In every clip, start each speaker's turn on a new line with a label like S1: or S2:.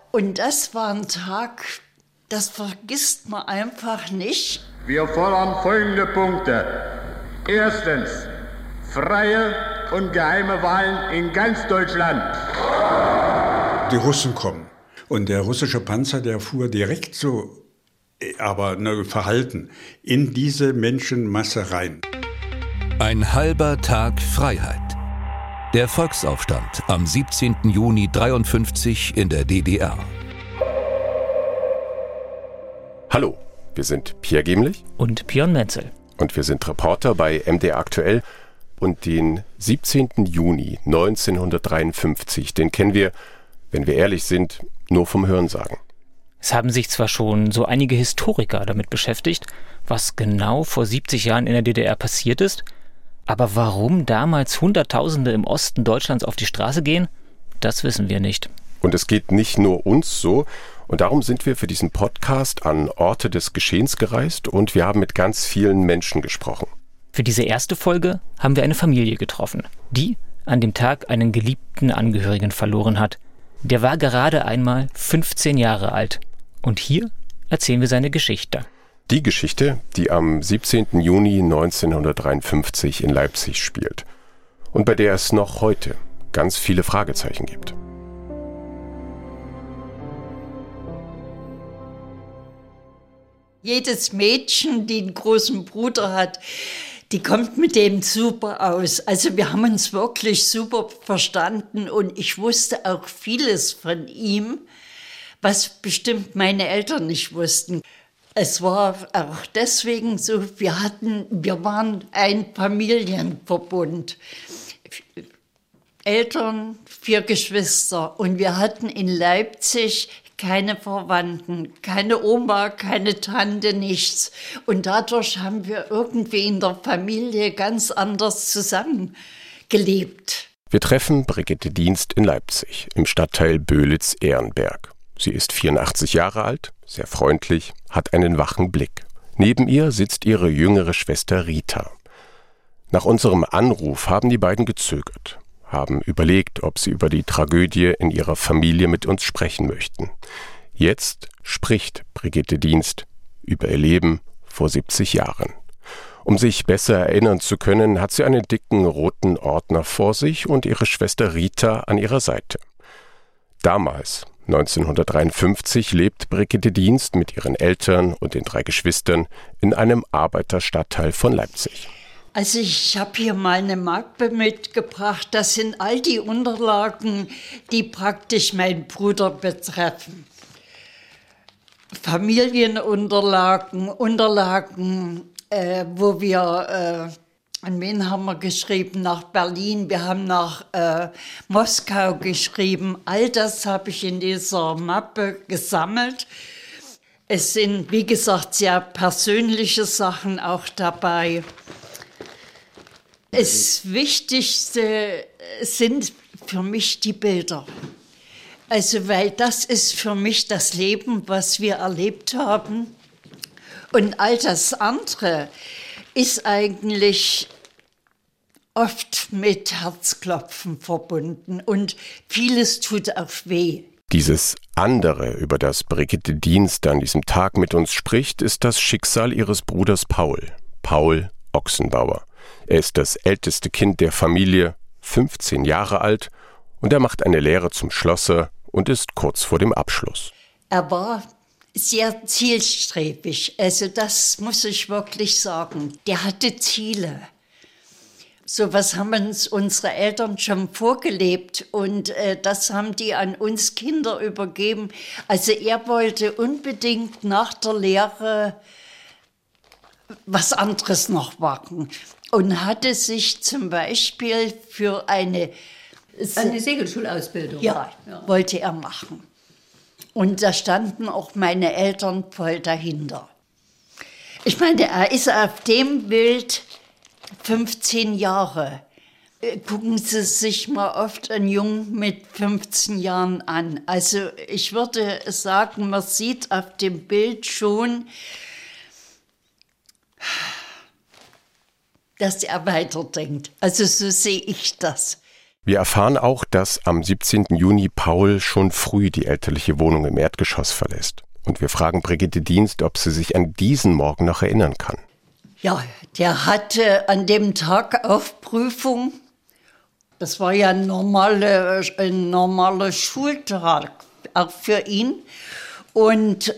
S1: Und das war ein Tag, das vergisst man einfach nicht.
S2: Wir fordern folgende Punkte. Erstens, freie und geheime Wahlen in ganz Deutschland.
S3: Die Russen kommen. Und der russische Panzer, der fuhr direkt so, aber verhalten, in diese Menschenmasse rein.
S4: Ein halber Tag Freiheit. Der Volksaufstand am 17. Juni 1953 in der DDR.
S5: Hallo, wir sind Pierre Gemlich
S6: und Björn Menzel.
S5: Und wir sind Reporter bei MDR Aktuell. Und den 17. Juni 1953, den kennen wir, wenn wir ehrlich sind, nur vom Hörensagen.
S6: Es haben sich zwar schon so einige Historiker damit beschäftigt, was genau vor 70 Jahren in der DDR passiert ist, aber warum damals Hunderttausende im Osten Deutschlands auf die Straße gehen, das wissen wir nicht.
S5: Und es geht nicht nur uns so. Und darum sind wir für diesen Podcast an Orte des Geschehens gereist und wir haben mit ganz vielen Menschen gesprochen.
S6: Für diese erste Folge haben wir eine Familie getroffen, die an dem Tag einen geliebten Angehörigen verloren hat. Der war gerade einmal 15 Jahre alt. Und hier erzählen wir seine Geschichte.
S5: Die Geschichte, die am 17. Juni 1953 in Leipzig spielt. Und bei der es noch heute ganz viele Fragezeichen gibt.
S1: Jedes Mädchen, die einen großen Bruder hat, die kommt mit dem super aus. Also wir haben uns wirklich super verstanden und ich wusste auch vieles von ihm, was bestimmt meine Eltern nicht wussten. Es war auch deswegen so, wir waren ein Familienverbund. Eltern, 4 Geschwister und wir hatten in Leipzig keine Verwandten, keine Oma, keine Tante, nichts. Und dadurch haben wir irgendwie in der Familie ganz anders zusammengelebt.
S5: Wir treffen Brigitte Dienst in Leipzig, im Stadtteil Böhlitz-Ehrenberg. Sie ist 84 Jahre alt, sehr freundlich, hat einen wachen Blick. Neben ihr sitzt ihre jüngere Schwester Rita. Nach unserem Anruf haben die beiden gezögert, haben überlegt, ob sie über die Tragödie in ihrer Familie mit uns sprechen möchten. Jetzt spricht Brigitte Dienst über ihr Leben vor 70 Jahren. Um sich besser erinnern zu können, hat sie einen dicken roten Ordner vor sich und ihre Schwester Rita an ihrer Seite. Damals, 1953, lebt Brigitte Dienst mit ihren Eltern und den 3 Geschwistern in einem Arbeiterstadtteil von Leipzig.
S1: Also ich habe hier mal eine Mappe mitgebracht. Das sind all die Unterlagen, die praktisch meinen Bruder betreffen. Familienunterlagen, Unterlagen, wo wir, an wen haben wir geschrieben? Nach Berlin, wir haben nach Moskau geschrieben. All das habe ich in dieser Mappe gesammelt. Es sind, wie gesagt, sehr persönliche Sachen auch dabei. Das Wichtigste sind für mich die Bilder. Also, weil das ist für mich das Leben, was wir erlebt haben. Und all das andere ist eigentlich oft mit Herzklopfen verbunden. Und vieles tut auch weh.
S5: Dieses andere, über das Brigitte Dienst an diesem Tag mit uns spricht, ist das Schicksal ihres Bruders Paul Ochsenbauer. Er ist das älteste Kind der Familie, 15 Jahre alt, und er macht eine Lehre zum Schlosser und ist kurz vor dem Abschluss.
S1: Er war sehr zielstrebig, also das muss ich wirklich sagen. Der hatte Ziele. So was haben uns unsere Eltern schon vorgelebt und das haben die an uns Kinder übergeben. Also er wollte unbedingt nach der Lehre was anderes noch machen. Und hatte sich zum Beispiel für eine
S7: Segelschulausbildung
S1: wollte er machen. Und da standen auch meine Eltern voll dahinter. Ich meine, er ist auf dem Bild 15 Jahre. Gucken Sie sich mal oft einen Jungen mit 15 Jahren an. Also ich würde sagen, man sieht auf dem Bild schon, dass er weiterdenkt. Also so sehe ich das.
S5: Wir erfahren auch, dass am 17. Juni Paul schon früh die elterliche Wohnung im Erdgeschoss verlässt. Und wir fragen Brigitte Dienst, ob sie sich an diesen Morgen noch erinnern kann.
S1: Ja, der hatte an dem Tag Aufprüfung. Das war ja ein normaler Schultag, auch für ihn. Und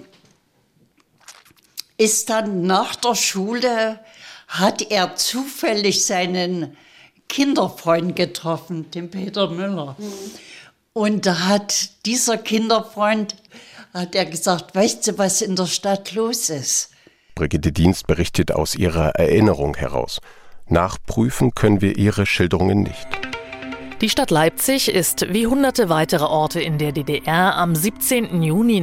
S1: ist dann nach der Schule, hat er zufällig seinen Kinderfreund getroffen, den Peter Müller. Und da hat dieser Kinderfreund, hat er gesagt, weißt du, was in der Stadt los ist?
S5: Brigitte Dienst berichtet aus ihrer Erinnerung heraus. Nachprüfen können wir ihre Schilderungen nicht.
S7: Die Stadt Leipzig ist wie hunderte weitere Orte in der DDR am 17. Juni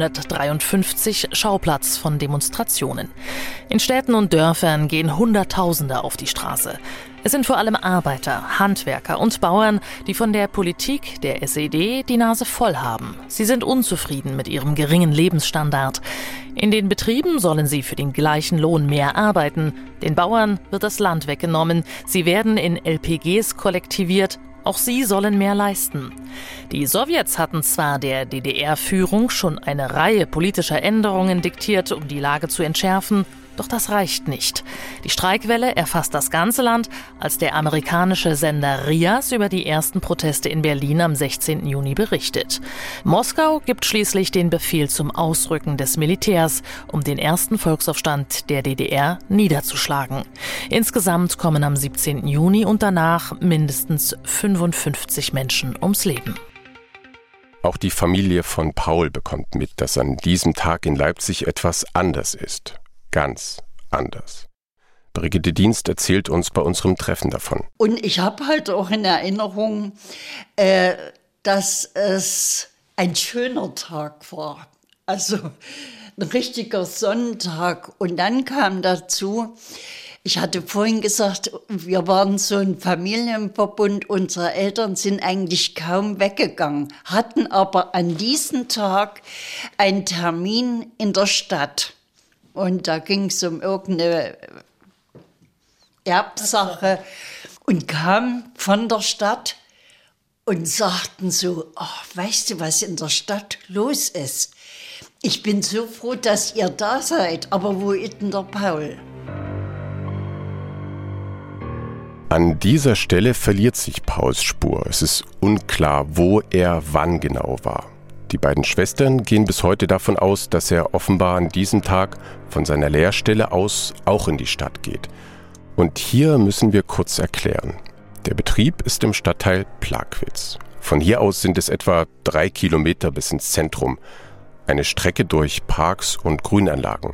S7: 1953 Schauplatz von Demonstrationen. In Städten und Dörfern gehen Hunderttausende auf die Straße. Es sind vor allem Arbeiter, Handwerker und Bauern, die von der Politik der SED die Nase voll haben. Sie sind unzufrieden mit ihrem geringen Lebensstandard. In den Betrieben sollen sie für den gleichen Lohn mehr arbeiten. Den Bauern wird das Land weggenommen. Sie werden in LPGs kollektiviert. Auch sie sollen mehr leisten. Die Sowjets hatten zwar der DDR-Führung schon eine Reihe politischer Änderungen diktiert, um die Lage zu entschärfen, doch das reicht nicht. Die Streikwelle erfasst das ganze Land, als der amerikanische Sender RIAS über die ersten Proteste in Berlin am 16. Juni berichtet. Moskau gibt schließlich den Befehl zum Ausrücken des Militärs, um den ersten Volksaufstand der DDR niederzuschlagen. Insgesamt kommen am 17. Juni und danach mindestens 55 Menschen ums Leben.
S5: Auch die Familie von Paul bekommt mit, dass an diesem Tag in Leipzig etwas anders ist. Ganz anders. Brigitte Dienst erzählt uns bei unserem Treffen davon.
S1: Und ich habe halt auch in Erinnerung, dass es ein schöner Tag war. Also ein richtiger Sonntag. Und dann kam dazu, ich hatte vorhin gesagt, wir waren so ein Familienverbund. Unsere Eltern sind eigentlich kaum weggegangen, hatten aber an diesem Tag einen Termin in der Stadt. Und da ging es um irgendeine Erbsache und kamen von der Stadt und sagten so, weißt du, was in der Stadt los ist? Ich bin so froh, dass ihr da seid, aber wo ist denn der Paul?
S5: An dieser Stelle verliert sich Pauls Spur. Es ist unklar, wo er wann genau war. Die beiden Schwestern gehen bis heute davon aus, dass er offenbar an diesem Tag von seiner Lehrstelle aus auch in die Stadt geht. Und hier müssen wir kurz erklären. Der Betrieb ist im Stadtteil Plagwitz. Von hier aus sind es etwa 3 Kilometer bis ins Zentrum. Eine Strecke durch Parks und Grünanlagen.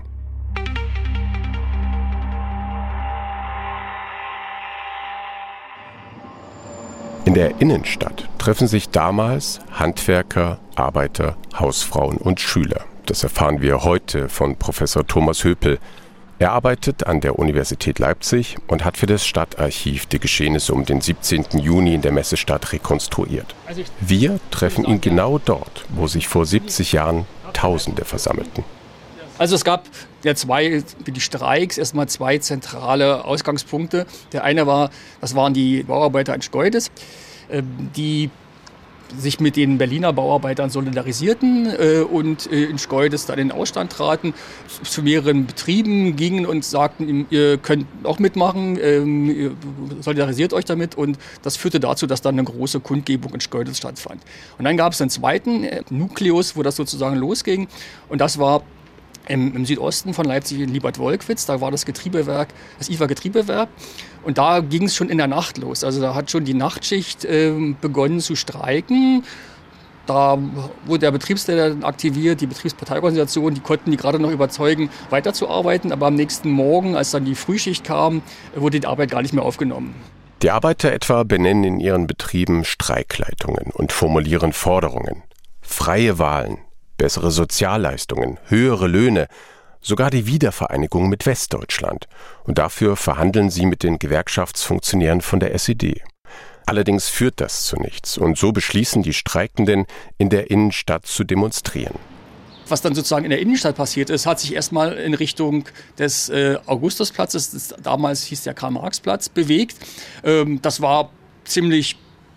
S5: In der Innenstadt treffen sich damals Handwerker, Arbeiter, Hausfrauen und Schüler. Das erfahren wir heute von Professor Thomas Höpel. Er arbeitet an der Universität Leipzig und hat für das Stadtarchiv die Geschehnisse um den 17. Juni in der Messestadt rekonstruiert. Wir treffen ihn genau dort, wo sich vor 70 Jahren Tausende versammelten.
S8: Also es gab ja wie die Streiks, erstmal 2 zentrale Ausgangspunkte. Der eine das waren die Bauarbeiter in Schkeuditz, die sich mit den Berliner Bauarbeitern solidarisierten und in Schkeuditz dann in den Ausstand traten, zu mehreren Betrieben gingen und sagten, ihr könnt auch mitmachen, ihr solidarisiert euch damit, und das führte dazu, dass dann eine große Kundgebung in Schkeuditz stattfand. Und dann gab es einen zweiten Nukleus, wo das sozusagen losging, und das war im Südosten von Leipzig in Liebert-Wolkwitz. Da war das IFA-Getriebewerk. Und da ging es schon in der Nacht los. Also da hat schon die Nachtschicht begonnen zu streiken. Da wurde der Betriebsleiter aktiviert, die Betriebsparteiorganisation, die konnten die gerade noch überzeugen, weiterzuarbeiten. Aber am nächsten Morgen, als dann die Frühschicht kam, wurde die Arbeit gar nicht mehr aufgenommen.
S5: Die Arbeiter etwa benennen in ihren Betrieben Streikleitungen und formulieren Forderungen. Freie Wahlen, bessere Sozialleistungen, höhere Löhne, sogar die Wiedervereinigung mit Westdeutschland. Und dafür verhandeln sie mit den Gewerkschaftsfunktionären von der SED. Allerdings führt das zu nichts, und so beschließen die Streikenden, in der Innenstadt zu demonstrieren.
S8: Was dann sozusagen in der Innenstadt passiert ist, hat sich erstmal in Richtung des Augustusplatzes, damals hieß der Karl-Marx-Platz, bewegt. Das war ziemlich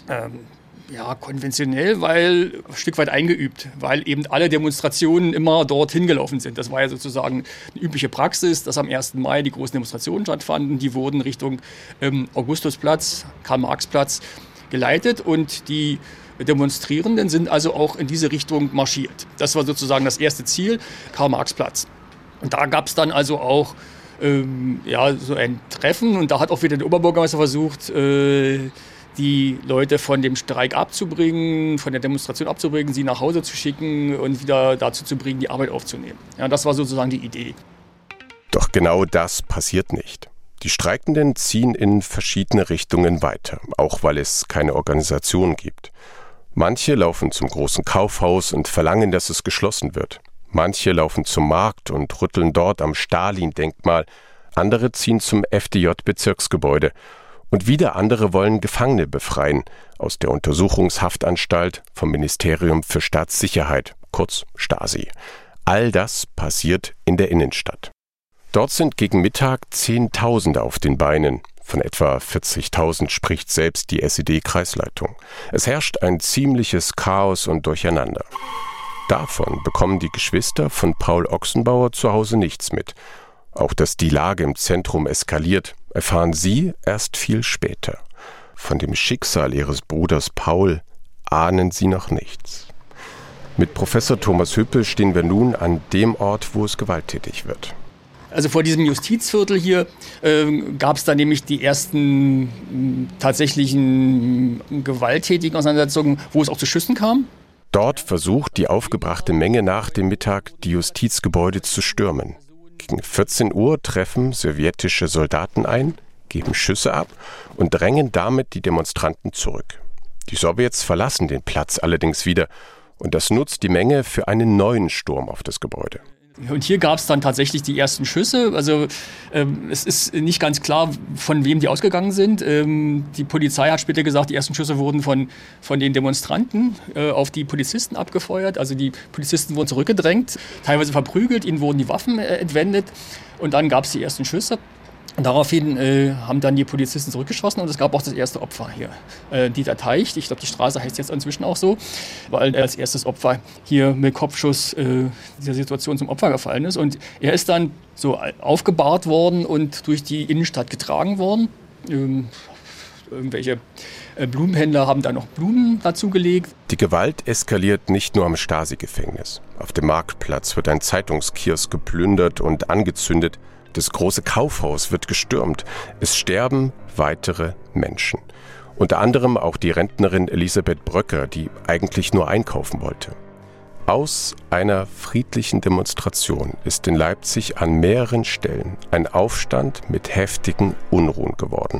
S8: konventionell, weil ein Stück weit eingeübt, weil eben alle Demonstrationen immer dorthin gelaufen sind. Das war ja sozusagen eine übliche Praxis, dass am 1. Mai die großen Demonstrationen stattfanden. Die wurden Richtung Augustusplatz, Karl-Marx-Platz geleitet und die Demonstrierenden sind also auch in diese Richtung marschiert. Das war sozusagen das erste Ziel, Karl-Marx-Platz. Und da gab es dann also auch so ein Treffen und da hat auch wieder der Oberbürgermeister versucht, die Leute von dem Streik abzubringen, von der Demonstration abzubringen, sie nach Hause zu schicken und wieder dazu zu bringen, die Arbeit aufzunehmen. Ja, das war sozusagen die Idee.
S5: Doch genau das passiert nicht. Die Streikenden ziehen in verschiedene Richtungen weiter, auch weil es keine Organisation gibt. Manche laufen zum großen Kaufhaus und verlangen, dass es geschlossen wird. Manche laufen zum Markt und rütteln dort am Stalin-Denkmal. Andere ziehen zum FDJ-Bezirksgebäude. Und wieder andere wollen Gefangene befreien aus der Untersuchungshaftanstalt vom Ministerium für Staatssicherheit, kurz Stasi. All das passiert in der Innenstadt. Dort sind gegen Mittag Zehntausende auf den Beinen. Von etwa 40.000 spricht selbst die SED-Kreisleitung. Es herrscht ein ziemliches Chaos und Durcheinander. Davon bekommen die Geschwister von Paul Ochsenbauer zu Hause nichts mit. Auch dass die Lage im Zentrum eskaliert, erfahren sie erst viel später. Von dem Schicksal ihres Bruders Paul ahnen sie noch nichts. Mit Professor Thomas Hüppel stehen wir nun an dem Ort, wo es gewalttätig wird.
S8: Also vor diesem Justizviertel hier gab es dann nämlich die ersten tatsächlichen gewalttätigen Auseinandersetzungen, wo es auch zu Schüssen kam.
S5: Dort versucht die aufgebrachte Menge nach dem Mittag, die Justizgebäude zu stürmen. Gegen 14 Uhr treffen sowjetische Soldaten ein, geben Schüsse ab und drängen damit die Demonstranten zurück. Die Sowjets verlassen den Platz allerdings wieder und das nutzt die Menge für einen neuen Sturm auf das Gebäude.
S8: Und hier gab es dann tatsächlich die ersten Schüsse. Also es ist nicht ganz klar, von wem die ausgegangen sind. Die Polizei hat später gesagt, die ersten Schüsse wurden von den Demonstranten auf die Polizisten abgefeuert. Also die Polizisten wurden zurückgedrängt, teilweise verprügelt, ihnen wurden die Waffen entwendet. Und dann gab es die ersten Schüsse. Und daraufhin haben dann die Polizisten zurückgeschossen und es gab auch das erste Opfer hier. Dieter Teicht, ich glaube die Straße heißt jetzt inzwischen auch so, weil er als erstes Opfer hier mit Kopfschuss dieser Situation zum Opfer gefallen ist. Und er ist dann so aufgebahrt worden und durch die Innenstadt getragen worden. Irgendwelche Blumenhändler haben da noch Blumen dazugelegt.
S5: Die Gewalt eskaliert nicht nur am Stasi-Gefängnis. Auf dem Marktplatz wird ein Zeitungskiosk geplündert und angezündet. Das große Kaufhaus wird gestürmt. Es sterben weitere Menschen. Unter anderem auch die Rentnerin Elisabeth Bröcker, die eigentlich nur einkaufen wollte. Aus einer friedlichen Demonstration ist in Leipzig an mehreren Stellen ein Aufstand mit heftigen Unruhen geworden.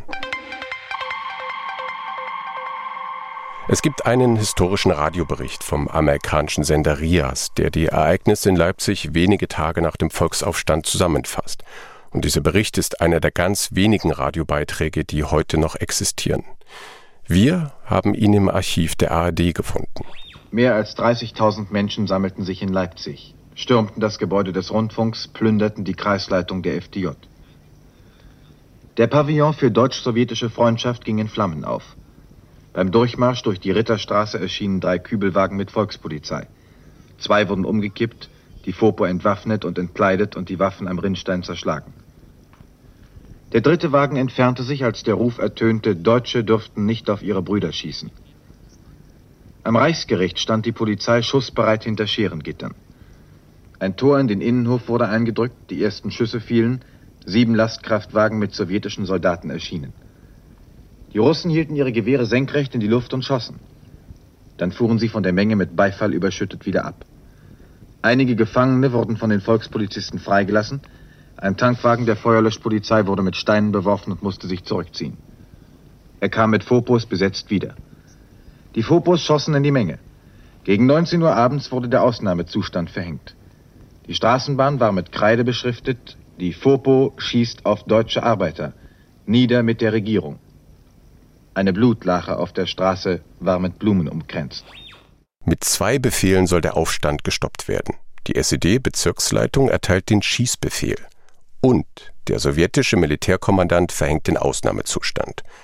S5: Es gibt einen historischen Radiobericht vom amerikanischen Sender RIAS, der die Ereignisse in Leipzig wenige Tage nach dem Volksaufstand zusammenfasst. Und dieser Bericht ist einer der ganz wenigen Radiobeiträge, die heute noch existieren. Wir haben ihn im Archiv der ARD gefunden.
S9: Mehr als 30.000 Menschen sammelten sich in Leipzig, stürmten das Gebäude des Rundfunks, plünderten die Kreisleitung der FDJ. Der Pavillon für deutsch-sowjetische Freundschaft ging in Flammen auf. Beim Durchmarsch durch die Ritterstraße erschienen 3 Kübelwagen mit Volkspolizei. 2 wurden umgekippt, die Fopo entwaffnet und entkleidet und die Waffen am Rinnstein zerschlagen. Der 3. Wagen entfernte sich, als der Ruf ertönte, Deutsche dürften nicht auf ihre Brüder schießen. Am Reichsgericht stand die Polizei schussbereit hinter Scherengittern. Ein Tor in den Innenhof wurde eingedrückt, die ersten Schüsse fielen, 7 Lastkraftwagen mit sowjetischen Soldaten erschienen. Die Russen hielten ihre Gewehre senkrecht in die Luft und schossen. Dann fuhren sie von der Menge mit Beifall überschüttet wieder ab. Einige Gefangene wurden von den Volkspolizisten freigelassen. Ein Tankwagen der Feuerlöschpolizei wurde mit Steinen beworfen und musste sich zurückziehen. Er kam mit Fopos besetzt wieder. Die Fopos schossen in die Menge. Gegen 19 Uhr abends wurde der Ausnahmezustand verhängt. Die Straßenbahn war mit Kreide beschriftet: Die Fopo schießt auf deutsche Arbeiter. Nieder mit der Regierung. Eine Blutlache auf der Straße war mit Blumen umkränzt.
S5: Mit 2 Befehlen soll der Aufstand gestoppt werden. Die SED-Bezirksleitung erteilt den Schießbefehl. Und der sowjetische Militärkommandant verhängt den Ausnahmezustand.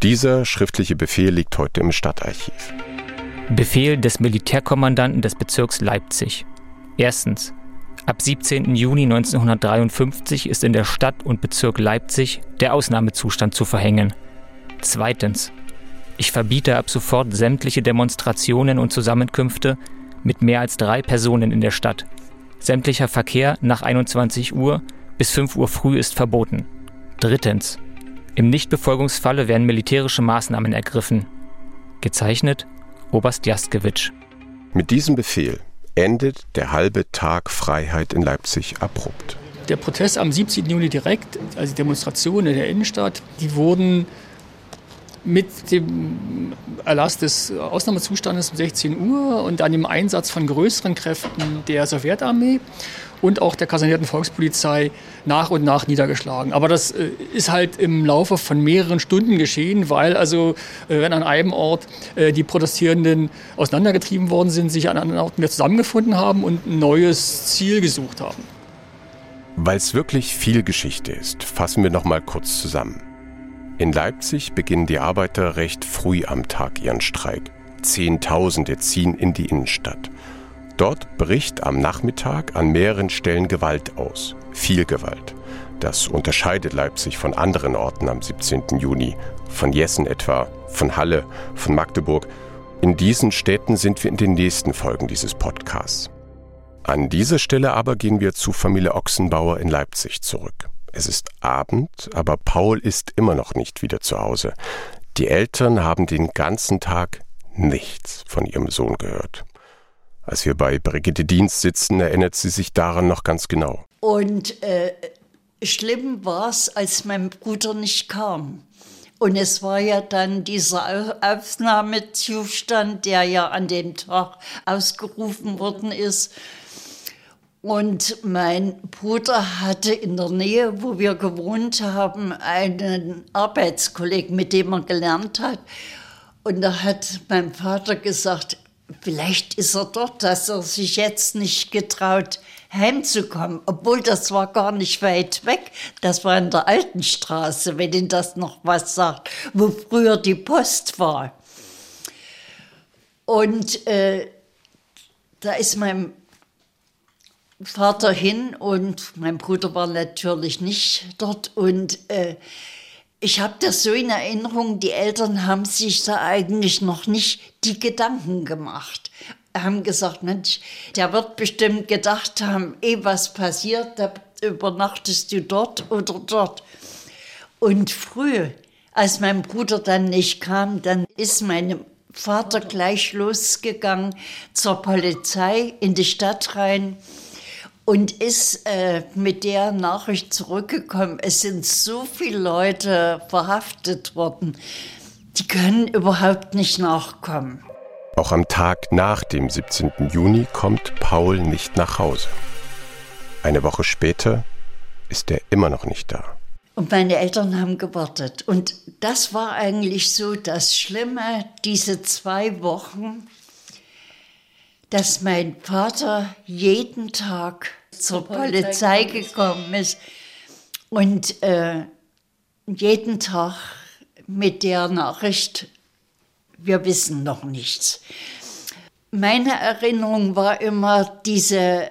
S5: Dieser schriftliche Befehl liegt heute im Stadtarchiv.
S6: Befehl des Militärkommandanten des Bezirks Leipzig. Erstens. Ab 17. Juni 1953 ist in der Stadt und Bezirk Leipzig der Ausnahmezustand zu verhängen. Zweitens. Ich verbiete ab sofort sämtliche Demonstrationen und Zusammenkünfte mit mehr als 3 Personen in der Stadt. Sämtlicher Verkehr nach 21 Uhr bis 5 Uhr früh ist verboten. Drittens. Im Nichtbefolgungsfalle werden militärische Maßnahmen ergriffen. Gezeichnet Oberst Jaskewitsch.
S5: Mit diesem Befehl endet der halbe Tag Freiheit in Leipzig abrupt.
S8: Der Protest am 17. Juni direkt, also die Demonstrationen in der Innenstadt, die wurden mit dem Erlass des Ausnahmezustandes um 16 Uhr und dann dem Einsatz von größeren Kräften der Sowjetarmee und auch der kasernierten Volkspolizei nach und nach niedergeschlagen. Aber das ist halt im Laufe von mehreren Stunden geschehen, weil wenn an einem Ort die Protestierenden auseinandergetrieben worden sind, sich an anderen Orten wieder zusammengefunden haben und ein neues Ziel gesucht haben.
S5: Weil es wirklich viel Geschichte ist, fassen wir noch mal kurz zusammen. In Leipzig beginnen die Arbeiter recht früh am Tag ihren Streik. Zehntausende ziehen in die Innenstadt. Dort bricht am Nachmittag an mehreren Stellen Gewalt aus. Viel Gewalt. Das unterscheidet Leipzig von anderen Orten am 17. Juni. Von Jessen etwa, von Halle, von Magdeburg. In diesen Städten sind wir in den nächsten Folgen dieses Podcasts. An dieser Stelle aber gehen wir zu Familie Ochsenbauer in Leipzig zurück. Es ist Abend, aber Paul ist immer noch nicht wieder zu Hause. Die Eltern haben den ganzen Tag nichts von ihrem Sohn gehört. Als wir bei Brigitte Dienst sitzen, erinnert sie sich daran noch ganz genau.
S1: Und schlimm war es, als mein Bruder nicht kam. Und es war ja dann dieser Ausnahmezustand, der ja an dem Tag ausgerufen worden ist. Und mein Bruder hatte in der Nähe, wo wir gewohnt haben, einen Arbeitskollegen, mit dem er gelernt hat. Und da hat mein Vater gesagt, vielleicht ist er dort, dass er sich jetzt nicht getraut, heimzukommen. Obwohl, das war gar nicht weit weg. Das war in der Altenstraße, wenn Ihnen das noch was sagt, wo früher die Post war. Und da ist mein Vater hin und mein Bruder war natürlich nicht dort. Und ich habe das so in Erinnerung, die Eltern haben sich da eigentlich noch nicht die Gedanken gemacht. Haben gesagt, Mensch, der wird bestimmt gedacht haben, was passiert, da übernachtest du dort oder dort. Und früh, als mein Bruder dann nicht kam, dann ist mein Vater gleich losgegangen zur Polizei in die Stadt rein. Und ist mit der Nachricht zurückgekommen, es sind so viele Leute verhaftet worden, die können überhaupt nicht nachkommen.
S5: Auch am Tag nach dem 17. Juni kommt Paul nicht nach Hause. Eine Woche später ist er immer noch nicht da.
S1: Und meine Eltern haben gewartet. Und das war eigentlich so das Schlimme, diese 2 Wochen, dass mein Vater jeden Tag zur Polizei gekommen ist und jeden Tag mit der Nachricht, wir wissen noch nichts. Meine Erinnerung war immer diese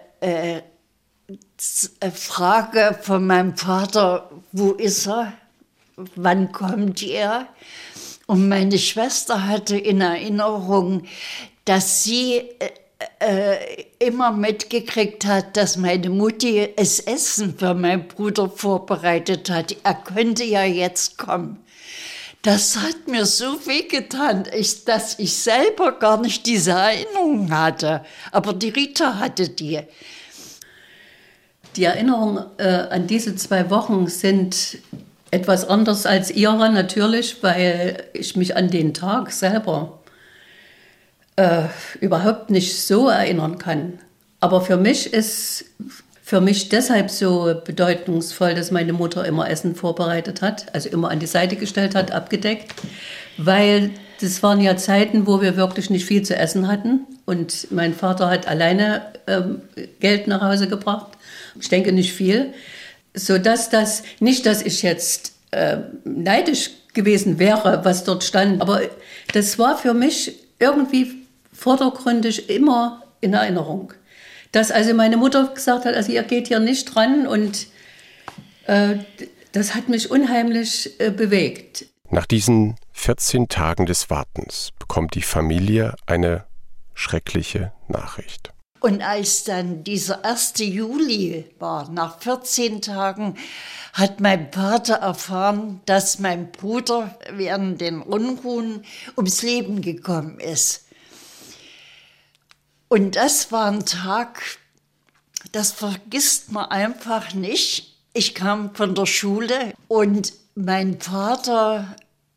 S1: Frage von meinem Vater, wo ist er, wann kommt er? Und meine Schwester hatte in Erinnerung, dass sie immer mitgekriegt hat, dass meine Mutti das Essen für meinen Bruder vorbereitet hat. Er könnte ja jetzt kommen. Das hat mir so wehgetan, dass ich selber gar nicht diese Erinnerung hatte. Aber die Rita hatte die.
S10: Die Erinnerungen an diese 2 Wochen sind etwas anders als ihre natürlich, weil ich mich an den Tag selber überhaupt nicht so erinnern kann. Aber für mich ist deshalb so bedeutungsvoll, dass meine Mutter immer Essen vorbereitet hat, also immer an die Seite gestellt hat, abgedeckt, weil das waren ja Zeiten, wo wir wirklich nicht viel zu essen hatten und mein Vater hat alleine Geld nach Hause gebracht. Ich denke nicht viel, sodass das, nicht, dass ich jetzt neidisch gewesen wäre, was dort stand. Aber das war für mich irgendwie vordergründig immer in Erinnerung. Dass also meine Mutter gesagt hat, also ihr geht hier nicht dran und das hat mich unheimlich bewegt.
S5: Nach diesen 14 Tagen des Wartens bekommt die Familie eine schreckliche Nachricht.
S1: Und als dann dieser 1. Juli war, nach 14 Tagen, hat mein Vater erfahren, dass mein Bruder während den Unruhen ums Leben gekommen ist. Und das war ein Tag, das vergisst man einfach nicht. Ich kam von der Schule und mein Vater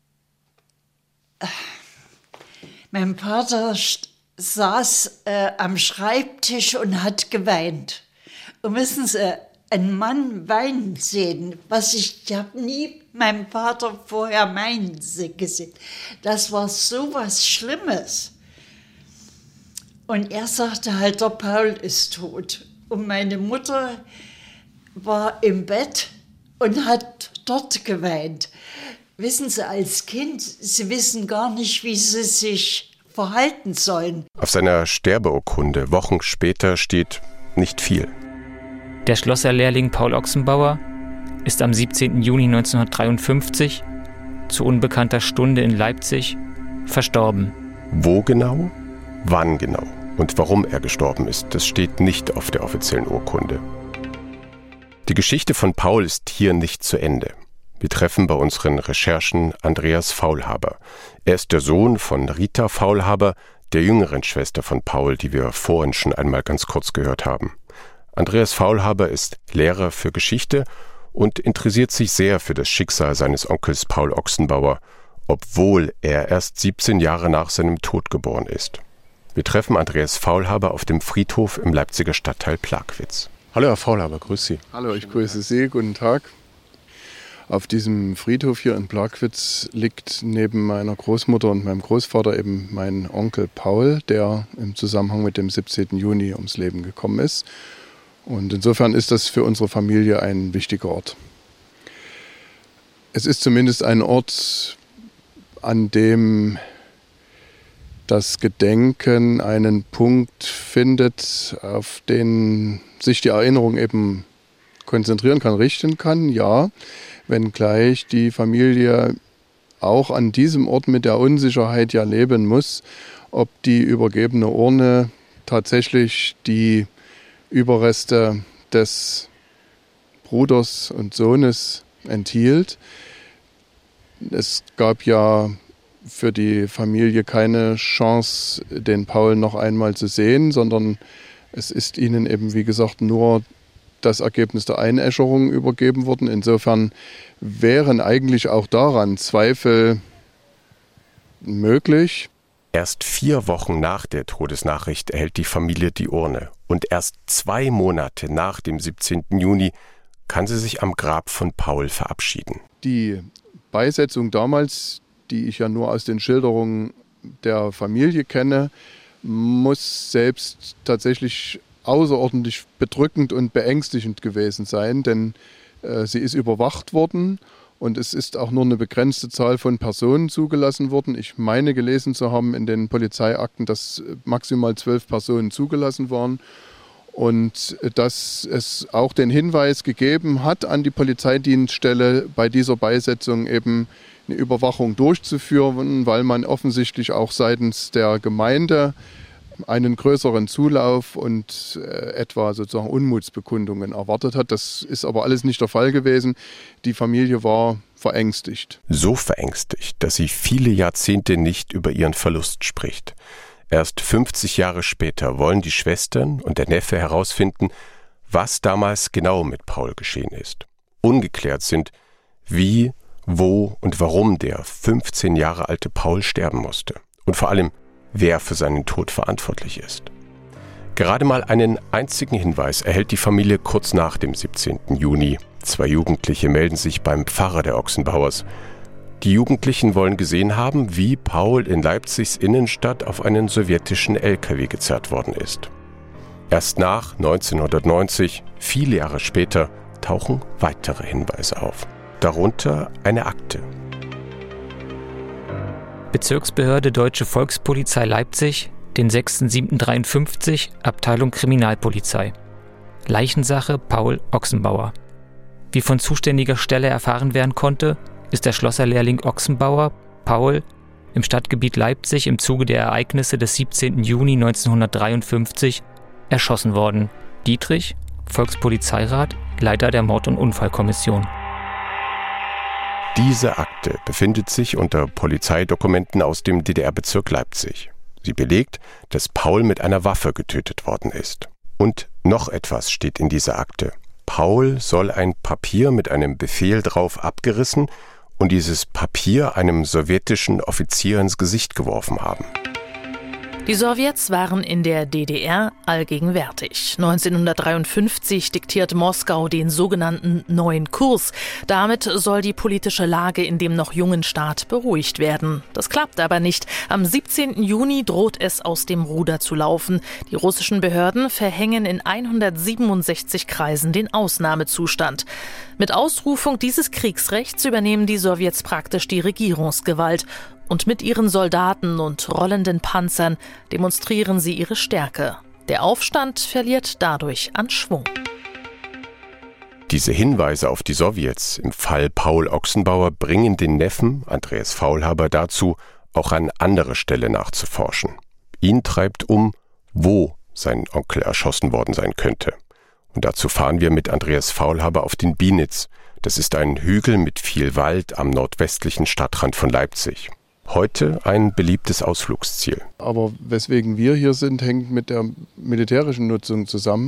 S1: saß am Schreibtisch und hat geweint. Und wissen Sie, einen Mann weinen sehen, ich habe nie meinen Vater vorher weinen gesehen. Das war so was Schlimmes. Und er sagte halt, der Paul ist tot. Und meine Mutter war im Bett und hat dort geweint. Wissen Sie, als Kind, Sie wissen gar nicht, wie Sie sich verhalten sollen.
S5: Auf seiner Sterbeurkunde Wochen später steht nicht viel.
S6: Der Schlosserlehrling Paul Ochsenbauer ist am 17. Juni 1953 zu unbekannter Stunde in Leipzig verstorben.
S5: Wo genau, wann genau und warum er gestorben ist, das steht nicht auf der offiziellen Urkunde. Die Geschichte von Paul ist hier nicht zu Ende. Wir treffen bei unseren Recherchen Andreas Faulhaber. Er ist der Sohn von Rita Faulhaber, der jüngeren Schwester von Paul, die wir vorhin schon einmal ganz kurz gehört haben. Andreas Faulhaber ist Lehrer für Geschichte und interessiert sich sehr für das Schicksal seines Onkels Paul Ochsenbauer, obwohl er erst 17 Jahre nach seinem Tod geboren ist. Wir treffen Andreas Faulhaber auf dem Friedhof im Leipziger Stadtteil Plagwitz. Hallo Herr Faulhaber, grüß Sie.
S11: Hallo, ich grüße Sie, guten Tag. Auf diesem Friedhof hier in Plagwitz liegt neben meiner Großmutter und meinem Großvater eben mein Onkel Paul, der im Zusammenhang mit dem 17. Juni ums Leben gekommen ist. Und insofern ist das für unsere Familie ein wichtiger Ort. Es ist zumindest ein Ort, an dem das Gedenken einen Punkt findet, auf den sich die Erinnerung eben konzentrieren kann, richten kann, ja, wenngleich die Familie auch an diesem Ort mit der Unsicherheit ja leben muss, ob die übergebene Urne tatsächlich die Überreste des Bruders und Sohnes enthielt. Es gab ja für die Familie keine Chance, den Paul noch einmal zu sehen, sondern es ist ihnen eben, wie gesagt, nur das Ergebnis der Einäscherung übergeben worden. Insofern wären eigentlich auch daran Zweifel möglich.
S5: Erst 4 Wochen nach der Todesnachricht erhält die Familie die Urne. Und erst 2 Monate nach dem 17. Juni kann sie sich am Grab von Paul verabschieden.
S11: Die Beisetzung damals, die ich ja nur aus den Schilderungen der Familie kenne, muss selbst tatsächlich außerordentlich bedrückend und beängstigend gewesen sein, denn sie ist überwacht worden und es ist auch nur eine begrenzte Zahl von Personen zugelassen worden. Ich meine gelesen zu haben in den Polizeiakten, dass maximal 12 Personen zugelassen waren und dass es auch den Hinweis gegeben hat an die Polizeidienststelle, bei dieser Beisetzung eben eine Überwachung durchzuführen, weil man offensichtlich auch seitens der Gemeinde einen größeren Zulauf und etwa sozusagen Unmutsbekundungen erwartet hat. Das ist aber alles nicht der Fall gewesen. Die Familie war verängstigt.
S5: So verängstigt, dass sie viele Jahrzehnte nicht über ihren Verlust spricht. Erst 50 Jahre später wollen die Schwestern und der Neffe herausfinden, was damals genau mit Paul geschehen ist. Ungeklärt sind, wie, wo und warum der 15 Jahre alte Paul sterben musste. Und vor allem, wer für seinen Tod verantwortlich ist. Gerade mal einen einzigen Hinweis erhält die Familie kurz nach dem 17. Juni. 2 Jugendliche melden sich beim Pfarrer der Ochsenbauers. Die Jugendlichen wollen gesehen haben, wie Paul in Leipzigs Innenstadt auf einen sowjetischen LKW gezerrt worden ist. Erst nach 1990, viele Jahre später, tauchen weitere Hinweise auf. Darunter eine Akte.
S6: Bezirksbehörde Deutsche Volkspolizei Leipzig, den 6.7.53, Abteilung Kriminalpolizei. Leichensache Paul Ochsenbauer. Wie von zuständiger Stelle erfahren werden konnte, ist der Schlosserlehrling Ochsenbauer, Paul, im Stadtgebiet Leipzig im Zuge der Ereignisse des 17. Juni 1953 erschossen worden. Dietrich, Volkspolizeirat, Leiter der Mord- und Unfallkommission.
S5: Diese Akte befindet sich unter Polizeidokumenten aus dem DDR-Bezirk Leipzig. Sie belegt, dass Paul mit einer Waffe getötet worden ist. Und noch etwas steht in dieser Akte. Paul soll ein Papier mit einem Befehl drauf abgerissen und dieses Papier einem sowjetischen Offizier ins Gesicht geworfen haben.
S7: Die Sowjets waren in der DDR allgegenwärtig. 1953 diktiert Moskau den sogenannten Neuen Kurs. Damit soll die politische Lage in dem noch jungen Staat beruhigt werden. Das klappt aber nicht. Am 17. Juni droht es aus dem Ruder zu laufen. Die russischen Behörden verhängen in 167 Kreisen den Ausnahmezustand. Mit Ausrufung dieses Kriegsrechts übernehmen die Sowjets praktisch die Regierungsgewalt. Und mit ihren Soldaten und rollenden Panzern demonstrieren sie ihre Stärke. Der Aufstand verliert dadurch an Schwung.
S5: Diese Hinweise auf die Sowjets im Fall Paul Ochsenbauer bringen den Neffen, Andreas Faulhaber, dazu, auch an anderer Stelle nachzuforschen. Ihn treibt wo sein Onkel erschossen worden sein könnte. Und dazu fahren wir mit Andreas Faulhaber auf den Bienitz. Das ist ein Hügel mit viel Wald am nordwestlichen Stadtrand von Leipzig. Heute ein beliebtes Ausflugsziel.
S11: Aber weswegen wir hier sind, hängt mit der militärischen Nutzung zusammen.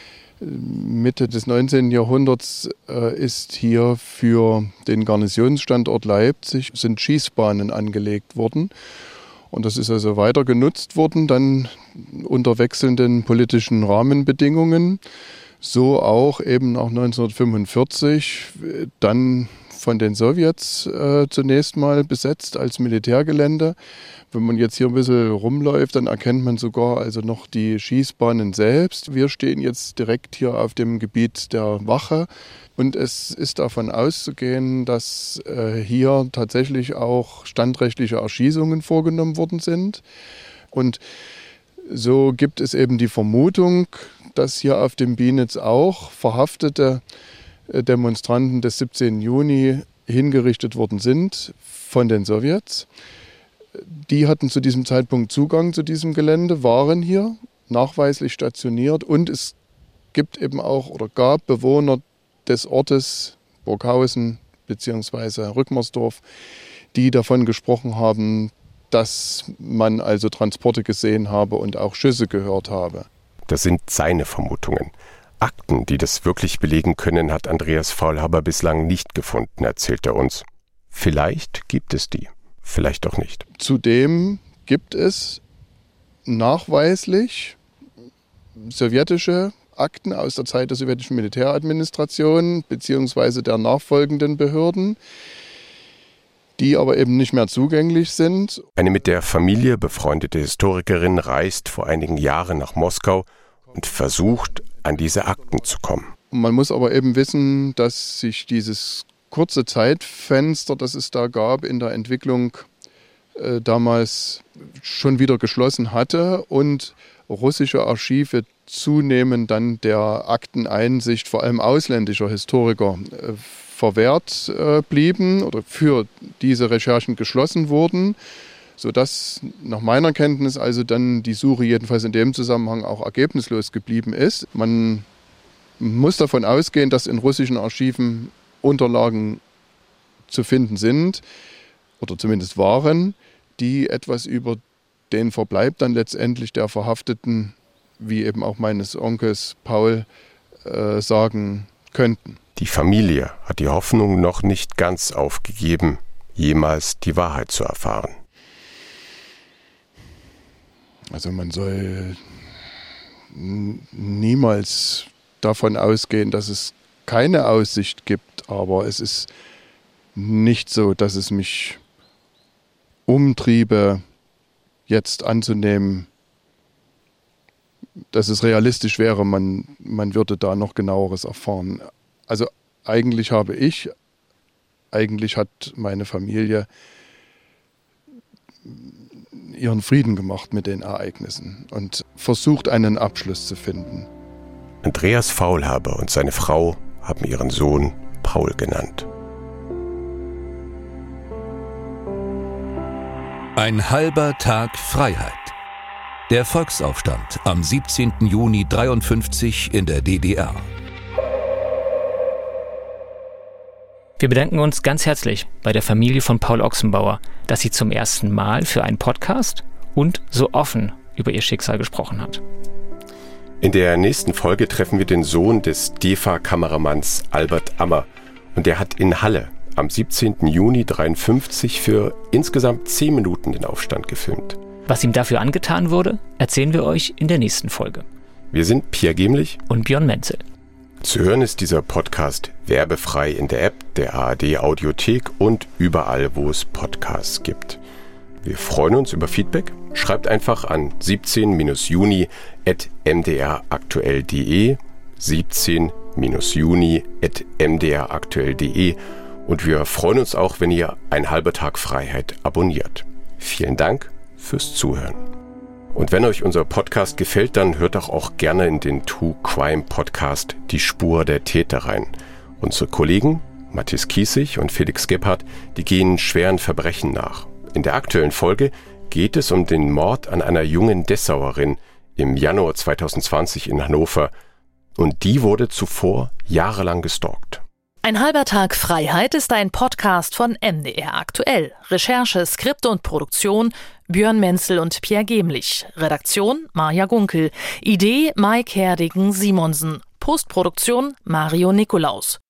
S11: Mitte des 19. Jahrhunderts ist hier für den Garnisonsstandort Leipzig sind Schießbahnen angelegt worden. Und das ist also weiter genutzt worden, dann unter wechselnden politischen Rahmenbedingungen. So auch eben nach 1945 dann von den Sowjets zunächst mal besetzt als Militärgelände. Wenn man jetzt hier ein bisschen rumläuft, dann erkennt man sogar also noch die Schießbahnen selbst. Wir stehen jetzt direkt hier auf dem Gebiet der Wache und es ist davon auszugehen, dass hier tatsächlich auch standrechtliche Erschießungen vorgenommen worden sind. Und so gibt es eben die Vermutung, dass hier auf dem Bienitz auch verhaftete Demonstranten des 17. Juni hingerichtet worden sind von den Sowjets. Die hatten zu diesem Zeitpunkt Zugang zu diesem Gelände, waren hier nachweislich stationiert und es gibt eben auch oder gab Bewohner des Ortes Burghausen bzw. Rückmersdorf, die davon gesprochen haben, dass man also Transporte gesehen habe und auch Schüsse gehört habe.
S5: Das sind seine Vermutungen. Akten, die das wirklich belegen können, hat Andreas Faulhaber bislang nicht gefunden, erzählt er uns. Vielleicht gibt es die, vielleicht auch nicht.
S11: Zudem gibt es nachweislich sowjetische Akten aus der Zeit der sowjetischen Militäradministration bzw. der nachfolgenden Behörden, die aber eben nicht mehr zugänglich sind.
S5: Eine mit der Familie befreundete Historikerin reist vor einigen Jahren nach Moskau und versucht, an diese Akten zu kommen.
S11: Man muss aber eben wissen, dass sich dieses kurze Zeitfenster, das es da gab in der Entwicklung, damals schon wieder geschlossen hatte und russische Archive zunehmend dann der Akteneinsicht vor allem ausländischer Historiker verwehrt blieben oder für diese Recherchen geschlossen wurden, sodass nach meiner Kenntnis also dann die Suche jedenfalls in dem Zusammenhang auch ergebnislos geblieben ist. Man muss davon ausgehen, dass in russischen Archiven Unterlagen zu finden sind oder zumindest waren, die etwas über den Verbleib dann letztendlich der Verhafteten, wie eben auch meines Onkels Paul, sagen könnten.
S5: Die Familie hat die Hoffnung noch nicht ganz aufgegeben, jemals die Wahrheit zu erfahren.
S11: Also man soll niemals davon ausgehen, dass es keine Aussicht gibt, aber es ist nicht so, dass es mich umtriebe, jetzt anzunehmen, dass es realistisch wäre, man würde da noch genaueres erfahren. Also eigentlich hat meine Familie ihren Frieden gemacht mit den Ereignissen und versucht, einen Abschluss zu finden.
S5: Andreas Faulhaber und seine Frau haben ihren Sohn Paul genannt.
S4: Ein halber Tag Freiheit. Der Volksaufstand am 17. Juni 1953 in der DDR.
S6: Wir bedanken uns ganz herzlich bei der Familie von Paul Ochsenbauer, dass sie zum ersten Mal für einen Podcast und so offen über ihr Schicksal gesprochen hat.
S5: In der nächsten Folge treffen wir den Sohn des DEFA-Kameramanns Albert Ammer. Und der hat in Halle am 17. Juni 1953 für insgesamt 10 Minuten den Aufstand gefilmt.
S6: Was ihm dafür angetan wurde, erzählen wir euch in der nächsten Folge.
S5: Wir sind Pierre Gemlich
S6: und Björn Menzel.
S5: Zu hören ist dieser Podcast werbefrei in der App der ARD Audiothek und überall, wo es Podcasts gibt. Wir freuen uns über Feedback. Schreibt einfach an 17-juni@mdraktuell.de 17-juni@mdraktuell.de und wir freuen uns auch, wenn ihr ein halber Tag Freiheit abonniert. Vielen Dank fürs Zuhören. Und wenn euch unser Podcast gefällt, dann hört doch auch gerne in den True Crime Podcast Die Spur der Täter rein. Unsere Kollegen Mathis Kiesig und Felix Gebhardt, die gehen schweren Verbrechen nach. In der aktuellen Folge geht es um den Mord an einer jungen Dessauerin im Januar 2020 in Hannover. Und die wurde zuvor jahrelang gestalkt.
S7: Ein halber Tag Freiheit ist ein Podcast von MDR aktuell. Recherche, Skript und Produktion Björn Menzel und Pierre Gemlich. Redaktion Maja Gunkel. Idee Maik Herdigen-Simonsen. Postproduktion Mario Nikolaus.